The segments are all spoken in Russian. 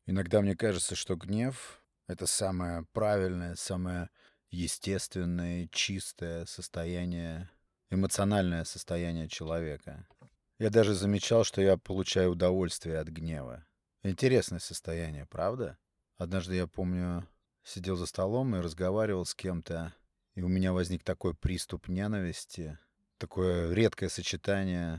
Иногда мне кажется, что гнев — это самое правильное, самое естественное, чистое состояние, эмоциональное состояние человека. Я даже замечал, что я получаю удовольствие от гнева. Интересное состояние, правда? Однажды, я помню, сидел за столом и разговаривал с кем-то, и у меня возник такой приступ ненависти, такое редкое сочетание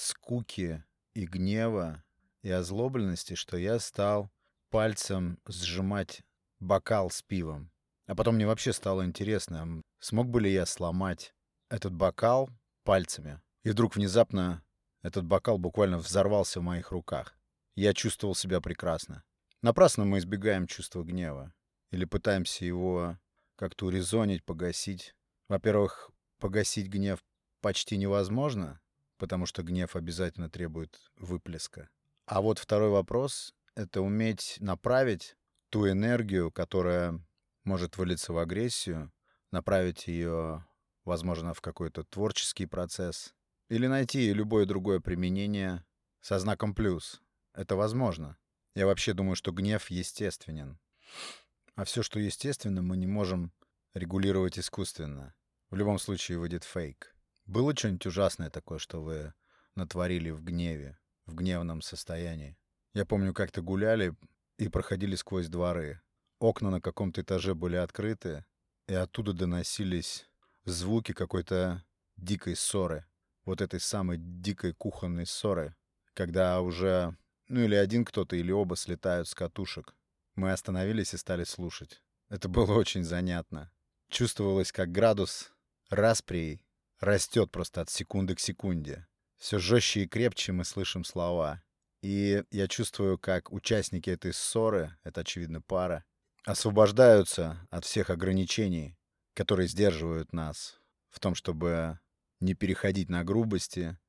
скуки и гнева и озлобленности, что я стал пальцем сжимать бокал с пивом. А потом мне вообще стало интересно, смог бы ли я сломать этот бокал пальцами. И вдруг внезапно этот бокал буквально взорвался в моих руках. Я чувствовал себя прекрасно. Напрасно мы избегаем чувства гнева. Или пытаемся его как-то урезонить, погасить. Во-первых, погасить гнев почти невозможно, потому что гнев обязательно требует выплеска. А вот второй вопрос — это уметь направить ту энергию, которая может вылиться в агрессию, направить ее, возможно, в какой-то творческий процесс, или найти любое другое применение со знаком плюс. Это возможно. Я вообще думаю, что гнев естественен. А все, что естественно, мы не можем регулировать искусственно. В любом случае выйдет фейк. Было что-нибудь ужасное такое, что вы натворили в гневе, в гневном состоянии? Я помню, как-то гуляли и проходили сквозь дворы. Окна на каком-то этаже были открыты, и оттуда доносились звуки какой-то дикой ссоры. Вот этой самой дикой кухонной ссоры, когда уже, ну или один кто-то, или оба слетают с катушек. Мы остановились и стали слушать. Это было очень занятно. Чувствовалось, как градус распри растет просто от секунды к секунде. Все жестче и крепче мы слышим слова. И я чувствую, как участники этой ссоры, это, очевидно, пара, освобождаются от всех ограничений, которые сдерживают нас в том, чтобы не переходить на грубости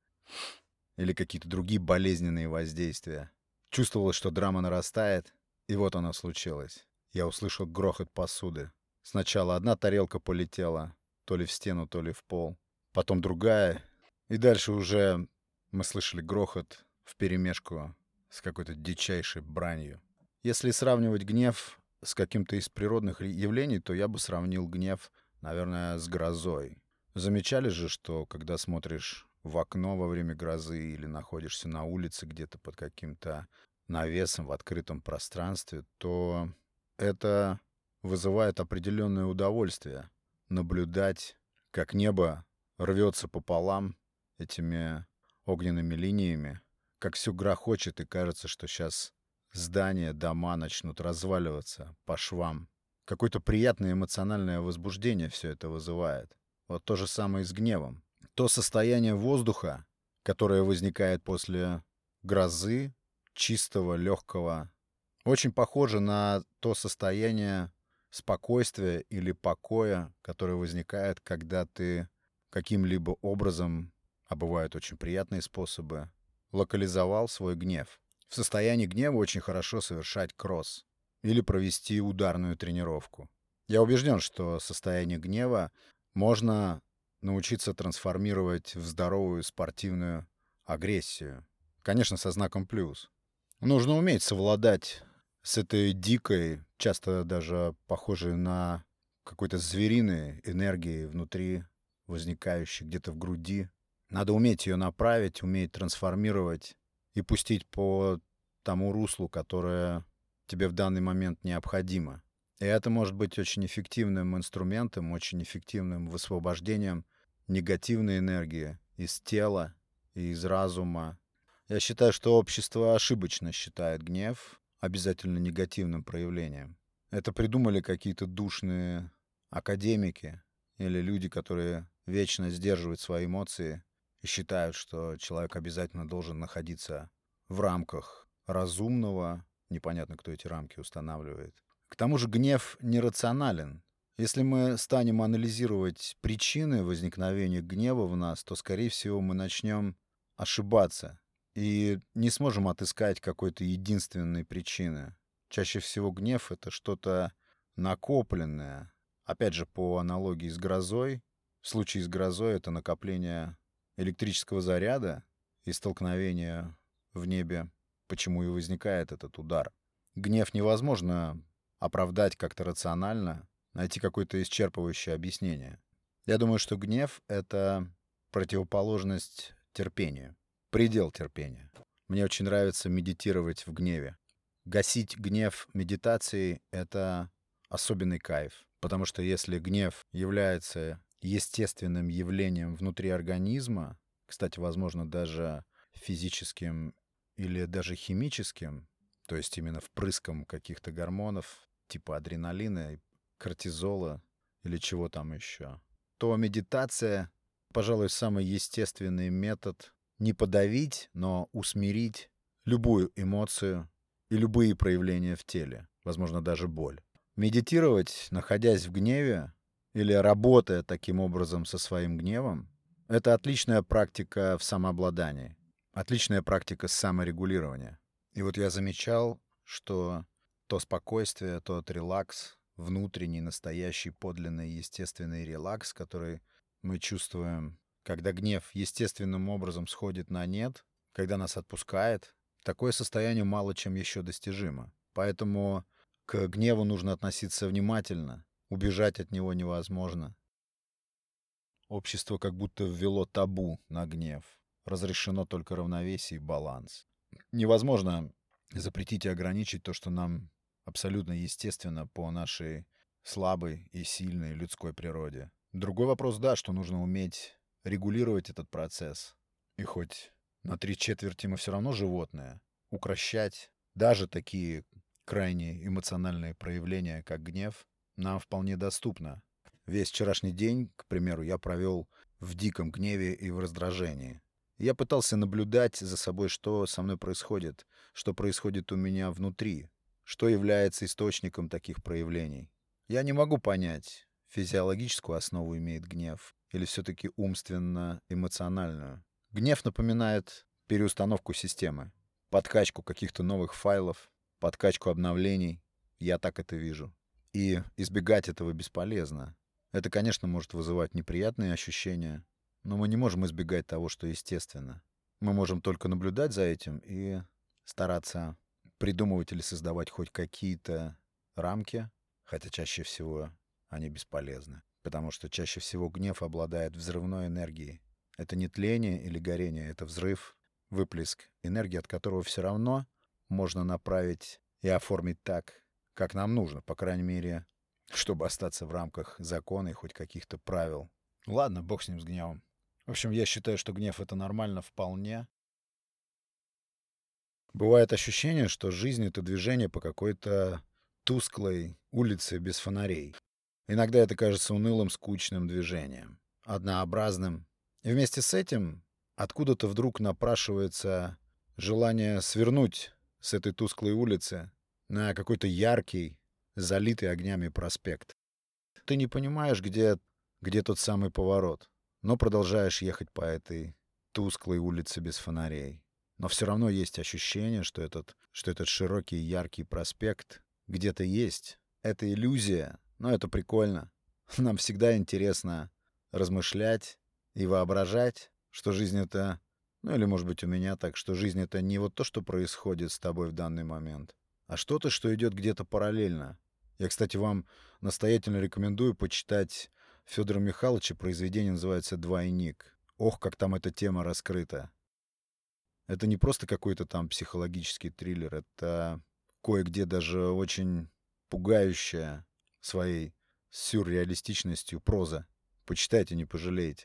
или какие-то другие болезненные воздействия. Чувствовалось, что драма нарастает, и вот оно случилось. Я услышал грохот посуды. Сначала одна тарелка полетела, то ли в стену, то ли в пол. Потом другая. И дальше уже мы слышали грохот вперемешку с какой-то дичайшей бранью. Если сравнивать гнев с каким-то из природных явлений, то я бы сравнил гнев, наверное, с грозой. Замечали же, что когда смотришь в окно во время грозы или находишься на улице где-то под каким-то навесом в открытом пространстве, то это вызывает определенное удовольствие наблюдать, как небо рвется пополам этими огненными линиями, как все грохочет, и кажется, что сейчас здания, дома начнут разваливаться по швам. Какое-то приятное эмоциональное возбуждение все это вызывает. Вот то же самое и с гневом. То состояние воздуха, которое возникает после грозы, чистого, легкого, очень похоже на то состояние спокойствия или покоя, которое возникает, когда ты каким-либо образом, а бывают очень приятные способы, локализовал свой гнев. В состоянии гнева очень хорошо совершать кросс или провести ударную тренировку. Я убежден, что состояние гнева можно научиться трансформировать в здоровую спортивную агрессию. Конечно, со знаком плюс. Нужно уметь совладать с этой дикой, часто даже похожей на какой-то звериной энергией внутри, возникающей где-то в груди. Надо уметь ее направить, уметь трансформировать и пустить по тому руслу, которое тебе в данный момент необходимо. И это может быть очень эффективным инструментом, очень эффективным высвобождением негативной энергии из тела и из разума. Я считаю, что общество ошибочно считает гнев обязательно негативным проявлением. Это придумали какие-то душные академики или люди, которые вечно сдерживают свои эмоции и считают, что человек обязательно должен находиться в рамках разумного. Непонятно, кто эти рамки устанавливает. К тому же гнев нерационален. Если мы станем анализировать причины возникновения гнева в нас, то, скорее всего, мы начнем ошибаться и не сможем отыскать какой-то единственной причины. Чаще всего гнев — это что-то накопленное. Опять же, по аналогии с грозой, в случае с грозой это накопление электрического заряда и столкновение в небе, почему и возникает этот удар. Гнев невозможно оправдать как-то рационально, найти какое-то исчерпывающее объяснение. Я думаю, что гнев — это противоположность терпению, предел терпения. Мне очень нравится медитировать в гневе. Гасить гнев медитацией — это особенный кайф, потому что если гнев является естественным явлением внутри организма, кстати, возможно, даже физическим или даже химическим, то есть именно впрыском каких-то гормонов, типа адреналина, кортизола или чего там еще, то медитация, пожалуй, самый естественный метод не подавить, но усмирить любую эмоцию и любые проявления в теле, возможно, даже боль. Медитировать, находясь в гневе или работая таким образом со своим гневом, это отличная практика в самообладании, отличная практика саморегулирования. И вот я замечал, что то спокойствие, тот релакс, внутренний, настоящий, подлинный, естественный релакс, который мы чувствуем, когда гнев естественным образом сходит на нет, когда нас отпускает, такое состояние мало чем еще достижимо. Поэтому к гневу нужно относиться внимательно, убежать от него невозможно. Общество как будто ввело табу на гнев. Разрешено только равновесие и баланс. Невозможно запретить и ограничить то, что нам абсолютно естественно по нашей слабой и сильной людской природе. Другой вопрос, да, что нужно уметь регулировать этот процесс. И хоть на 3/4 мы все равно животные, укрощать даже такие крайне эмоциональные проявления, как гнев, нам вполне доступно. Весь вчерашний день, к примеру, я провел в диком гневе и в раздражении. Я пытался наблюдать за собой, что со мной происходит, что происходит у меня внутри, что является источником таких проявлений. Я не могу понять, физиологическую основу имеет гнев или все-таки умственно-эмоциональную. Гнев напоминает переустановку системы, подкачку каких-то новых файлов, подкачку обновлений. Я так это вижу. И избегать этого бесполезно. Это, конечно, может вызывать неприятные ощущения, но мы не можем избегать того, что естественно. Мы можем только наблюдать за этим и стараться придумывать или создавать хоть какие-то рамки, хотя чаще всего они бесполезны. Потому что чаще всего гнев обладает взрывной энергией. Это не тление или горение, это взрыв, выплеск энергии, от которого все равно можно направить и оформить так, как нам нужно, по крайней мере, чтобы остаться в рамках закона и хоть каких-то правил. Ладно, бог с ним, с гневом. В общем, я считаю, что гнев — это нормально вполне. Бывает ощущение, что жизнь — это движение по какой-то тусклой улице без фонарей. Иногда это кажется унылым, скучным движением, однообразным. И вместе с этим откуда-то вдруг напрашивается желание свернуть с этой тусклой улицы на какой-то яркий, залитый огнями проспект. Ты не понимаешь, где тот самый поворот, но продолжаешь ехать по этой тусклой улице без фонарей. Но все равно есть ощущение, что этот широкий яркий проспект где-то есть. Это иллюзия, но это прикольно. Нам всегда интересно размышлять и воображать, что жизнь — это... Ну или, может быть, у меня так, что жизнь — это не вот то, что происходит с тобой в данный момент, а что-то, что идет где-то параллельно. Я, кстати, вам настоятельно рекомендую почитать Федора Михайловича. Произведение называется «Двойник». Ох, как там эта тема раскрыта. Это не просто какой-то там психологический триллер, это кое-где даже очень пугающая своей сюрреалистичностью проза. Почитайте, не пожалеете.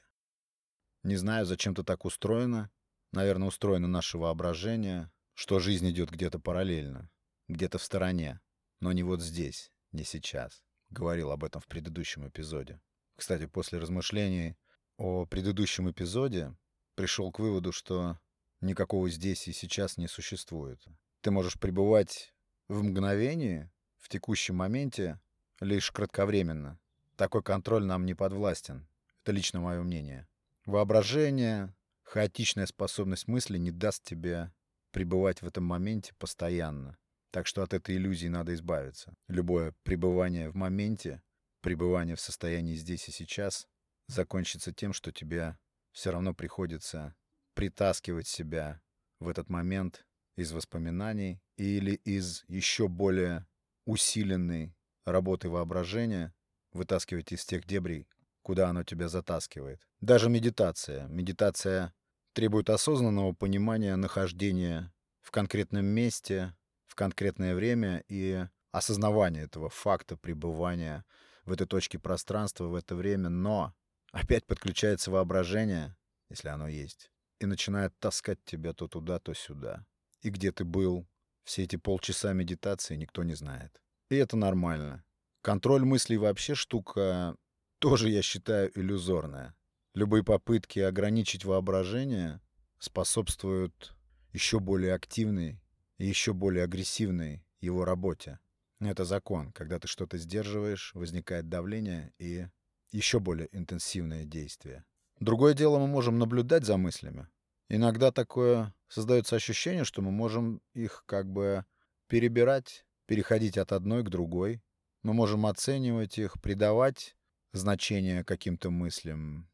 Не знаю, зачем-то так устроено. Наверное, устроено наше воображение, что жизнь идет где-то параллельно, где-то в стороне, но не вот здесь, не сейчас. Говорил об этом в предыдущем эпизоде. Кстати, после размышлений о предыдущем эпизоде пришел к выводу, что никакого здесь и сейчас не существует. Ты можешь пребывать в мгновении, в текущем моменте, лишь кратковременно. Такой контроль нам не подвластен. Это лично мое мнение. Воображение, хаотичная способность мысли не даст тебе пребывать в этом моменте постоянно. Так что от этой иллюзии надо избавиться. Любое пребывание в моменте, пребывание в состоянии здесь и сейчас закончится тем, что тебе все равно приходится притаскивать себя в этот момент из воспоминаний или из еще более усиленной работы воображения вытаскивать из тех дебрей, куда оно тебя затаскивает. Даже медитация. Медитация требует осознанного понимания нахождения в конкретном месте, в конкретное время и осознавания этого факта пребывания в этой точке пространства, в это время. Но опять подключается воображение, если оно есть, и начинает таскать тебя то туда, то сюда. И где ты был все эти полчаса медитации, никто не знает. И это нормально. Контроль мыслей вообще штука тоже, я считаю, иллюзорная. Любые попытки ограничить воображение способствуют еще более активной и еще более агрессивной его работе. Это закон. Когда ты что-то сдерживаешь, возникает давление и еще более интенсивное действие. Другое дело, мы можем наблюдать за мыслями. Иногда такое создается ощущение, что мы можем их как бы перебирать, переходить от одной к другой. Мы можем оценивать их, придавать значение каким-то мыслям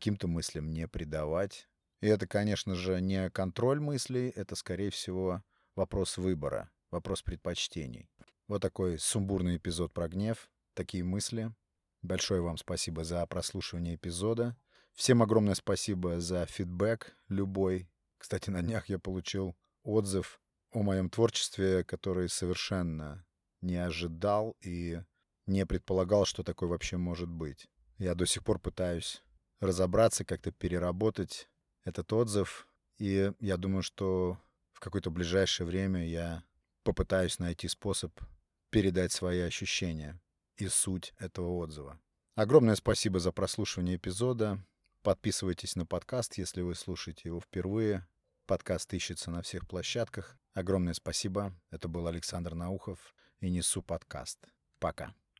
не придавать. И это, конечно же, не контроль мыслей, это, скорее всего, вопрос выбора, вопрос предпочтений. Вот такой сумбурный эпизод про гнев, такие мысли. Большое вам спасибо за прослушивание эпизода. Всем огромное спасибо за фидбэк любой. Кстати, на днях я получил отзыв о моем творчестве, который совершенно не ожидал и не предполагал, что такое вообще может быть. Я до сих пор пытаюсь разобраться, как-то переработать этот отзыв. И я думаю, что в какое-то ближайшее время я попытаюсь найти способ передать свои ощущения и суть этого отзыва. Огромное спасибо за прослушивание эпизода. Подписывайтесь на подкаст, если вы слушаете его впервые. Подкаст ищется на всех площадках. Огромное спасибо. Это был Александр Наухов и Несу подкаст. Пока.